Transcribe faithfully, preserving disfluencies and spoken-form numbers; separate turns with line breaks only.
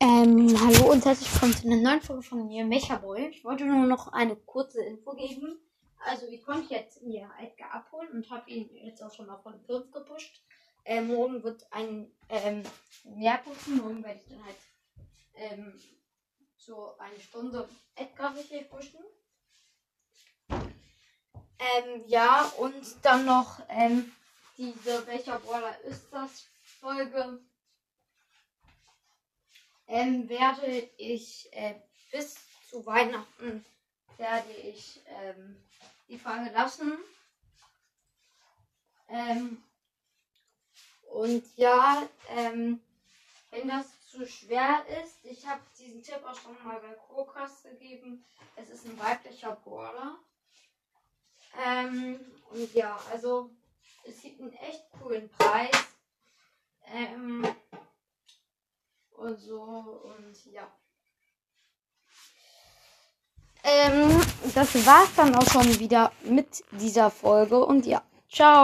Ähm, hallo und herzlich willkommen zu einer neuen Folge von mir, Mechaboy. Ich wollte nur noch eine kurze Info geben. Also, ich konnte jetzt mir Edgar abholen und habe ihn jetzt auch schon mal von fünf gepusht. Ähm, morgen wird ein ähm, mehr pushen. Morgen werde ich dann halt ähm, so eine Stunde Edgar richtig pushen. Ähm, ja, und dann noch ähm, diese Welcher Brawler ist das Folge. Ähm, werde ich äh, bis zu Weihnachten werde ich ähm, die Frage lassen. Ähm, und ja, ähm, wenn das zu schwer ist, ich habe diesen Tipp auch schon mal bei Crowcast gegeben. Es ist ein weiblicher Brawler. Ähm, und ja, also es gibt einen echt coolen Preis. Ähm, und so und ja. Ähm, das war's dann auch schon wieder mit dieser Folge und ja, ciao.